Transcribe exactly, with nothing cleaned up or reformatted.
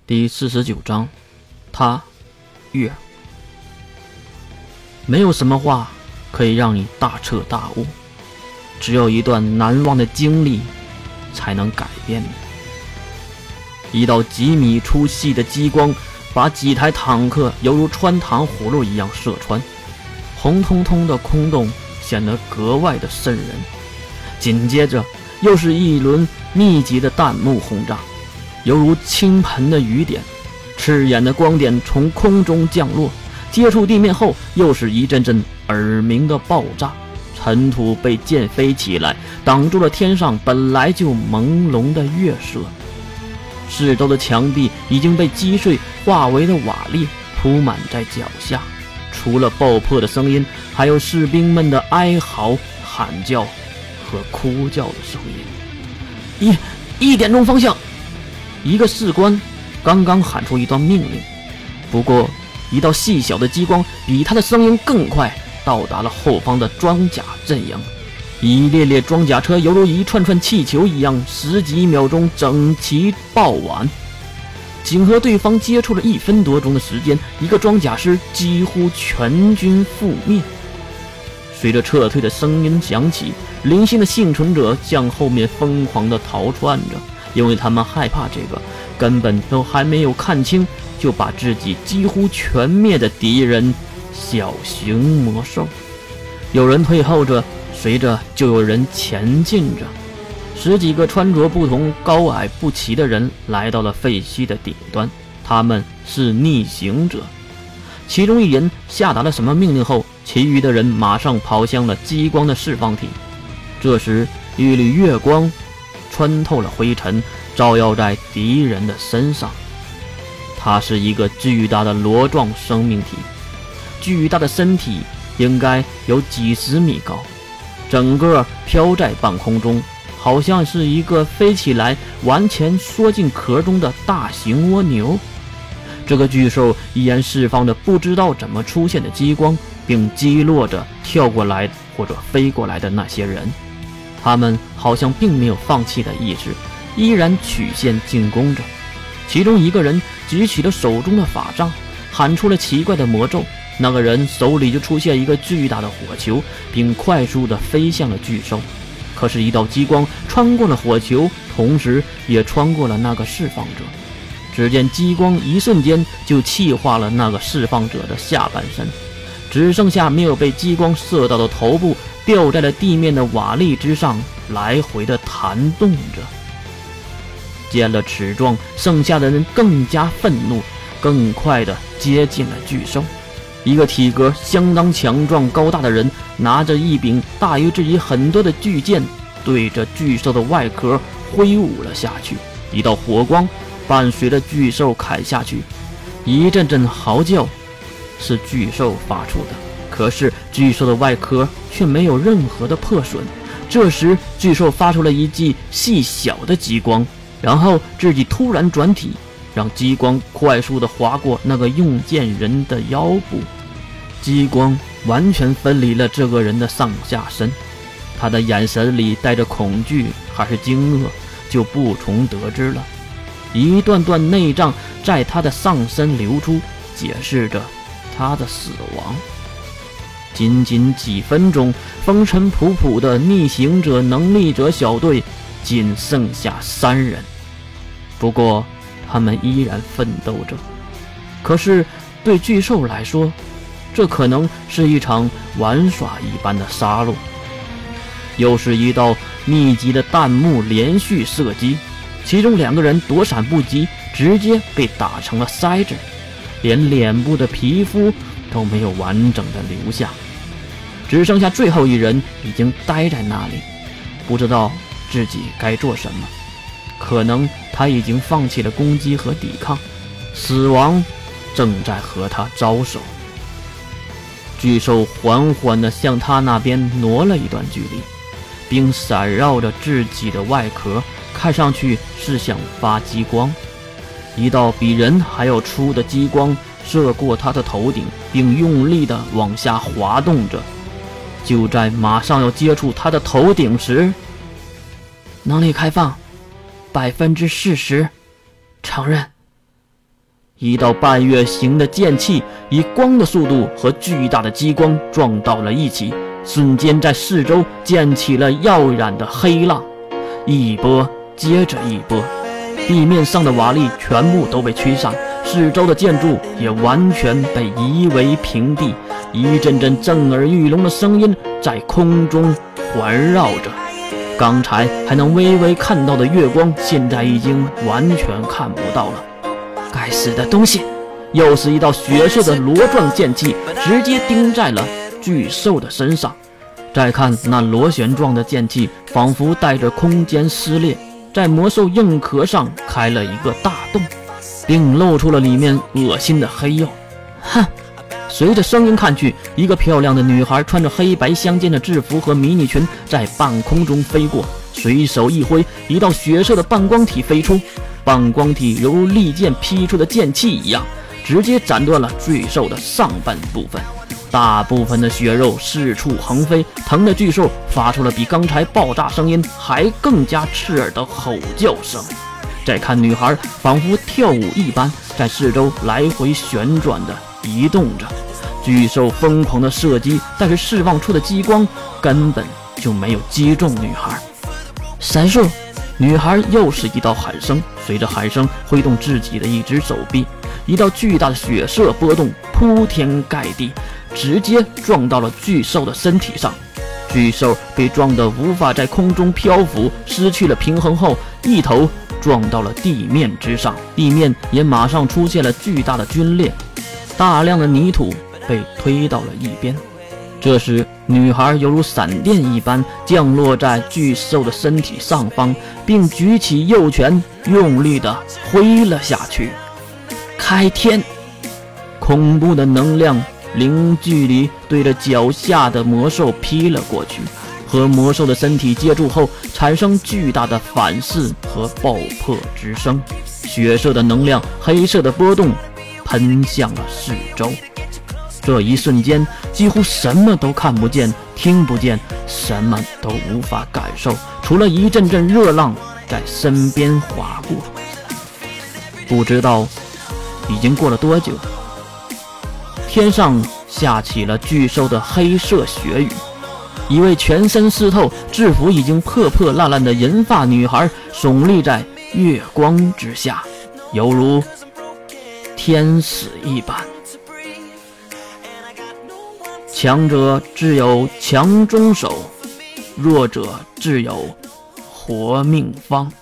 第四十九章，他月。没有什么话可以让你大彻大悟，只有一段难忘的经历才能改变你。一道几米粗细的激光把几台坦克犹如穿糖葫芦一样射穿，红彤彤的空洞显得格外的瘆人。紧接着又是一轮密集的弹幕轰炸，犹如倾盆的雨点，刺眼的光点从空中降落，接触地面后又是一阵阵耳鸣的爆炸，尘土被溅飞起来，挡住了天上本来就朦胧的月色。四周的墙壁已经被击碎，化为的瓦砾铺满在脚下，除了爆破的声音，还有士兵们的哀嚎、喊叫和哭叫的声音。一一点钟方向，一个士官刚刚喊出一段命令，不过一道细小的激光比他的声音更快，到达了后方的装甲阵营。一列列装甲车犹如一串串气球一样，十几秒钟整齐爆完。仅和对方接触了一分多钟的时间，一个装甲师几乎全军覆灭。随着撤退的声音响起，零星的幸存者向后面疯狂地逃窜着，因为他们害怕这个根本都还没有看清就把自己几乎全灭的敌人小型魔兽。有人退后着，随着就有人前进着。十几个穿着不同、高矮不齐的人来到了废墟的顶端，他们是逆行者。其中一人下达了什么命令后，其余的人马上跑向了激光的释放体。这时一缕月光穿透了灰尘，照耀在敌人的身上。它是一个巨大的螺状生命体，巨大的身体应该有几十米高，整个飘在半空中，好像是一个飞起来完全缩进壳中的大型蜗牛。这个巨兽依然释放着不知道怎么出现的激光，并击落着跳过来或者飞过来的那些人。他们好像并没有放弃的意志，依然曲线进攻着。其中一个人举起了手中的法杖，喊出了奇怪的魔咒，那个人手里就出现一个巨大的火球，并快速地飞向了巨兽。可是，一道激光穿过了火球，同时也穿过了那个释放者。只见激光一瞬间就气化了那个释放者的下半身，只剩下没有被激光射到的头部吊在了地面的瓦砾之上，来回的弹动着。见了此状，剩下的人更加愤怒，更快地接近了巨兽。一个体格相当强壮高大的人拿着一柄大于自己很多的巨剑，对着巨兽的外壳挥舞了下去。一道火光伴随着巨兽砍下去，一阵阵嚎叫是巨兽发出的，可是巨兽的外壳却没有任何的破损。这时巨兽发出了一记细小的激光，然后自己突然转体，让激光快速地划过那个用剑人的腰部。激光完全分离了这个人的上下身，他的眼神里带着恐惧还是惊愕，就不从得知了。一段段内脏在他的上身流出，解释着他的死亡。仅仅几分钟，风尘仆仆的逆行者能力者小队仅剩下三人。不过他们依然奋斗着。可是对巨兽来说，这可能是一场玩耍一般的杀戮。又是一道密集的弹幕连续射击，其中两个人躲闪不及，直接被打成了筛子，连脸部的皮肤都没有完整的留下。只剩下最后一人已经待在那里，不知道自己该做什么。可能他已经放弃了攻击和抵抗，死亡正在和他招手。巨兽缓缓地向他那边挪了一段距离，并闪绕着自己的外壳，看上去是想发激光。一道比人还要粗的激光射过他的头顶，并用力地往下滑动着。就在马上要接触他的头顶时，能力开放百分之四十，承认。 一道半月形的剑气以光的速度和巨大的激光撞到了一起，瞬间在四周溅起了耀眼的黑浪，一波接着一波，地面上的瓦砾全部都被驱散，四周的建筑也完全被夷为平地，一阵阵震耳欲聋的声音在空中环绕着。刚才还能微微看到的月光，现在已经完全看不到了。该死的东西！又是一道血色的螺状剑气，直接钉在了巨兽的身上。再看那螺旋状的剑气，仿佛带着空间撕裂，在魔兽硬壳上开了一个大洞，并露出了里面恶心的黑釉。哼！随着声音看去，一个漂亮的女孩穿着黑白相间的制服和迷你裙在半空中飞过，随手一挥，一道血色的半光体飞出，半光体犹如利剑劈出的剑气一样，直接斩断了巨兽的上半部分，大部分的血肉四处横飞，疼的巨兽发出了比刚才爆炸声音还更加刺耳的吼叫声。再看女孩，仿佛跳舞一般，在四周来回旋转的移动着，巨兽疯狂的射击，但是释放出的激光根本就没有击中女孩。闪烁！女孩又是一道喊声，随着喊声挥动自己的一只手臂，一道巨大的血色波动铺天盖地，直接撞到了巨兽的身体上。巨兽被撞得无法在空中漂浮，失去了平衡后，一头撞到了地面之上，地面也马上出现了巨大的皲裂，大量的泥土被推到了一边。这时女孩犹如闪电一般降落在巨兽的身体上方，并举起右拳用力地挥了下去。开天！恐怖的能量零距离对着脚下的魔兽劈了过去，和魔兽的身体接触后产生巨大的反噬和爆破之声，血色的能量，黑色的波动喷向了四周。这一瞬间几乎什么都看不见听不见，什么都无法感受，除了一阵阵热浪在身边划过。不知道已经过了多久，天上下起了巨兽的黑色血雨，一位全身湿透制服已经破破烂烂的银发女孩耸立在月光之下，犹如天使一般。强者自有强中手，弱者自有活命方。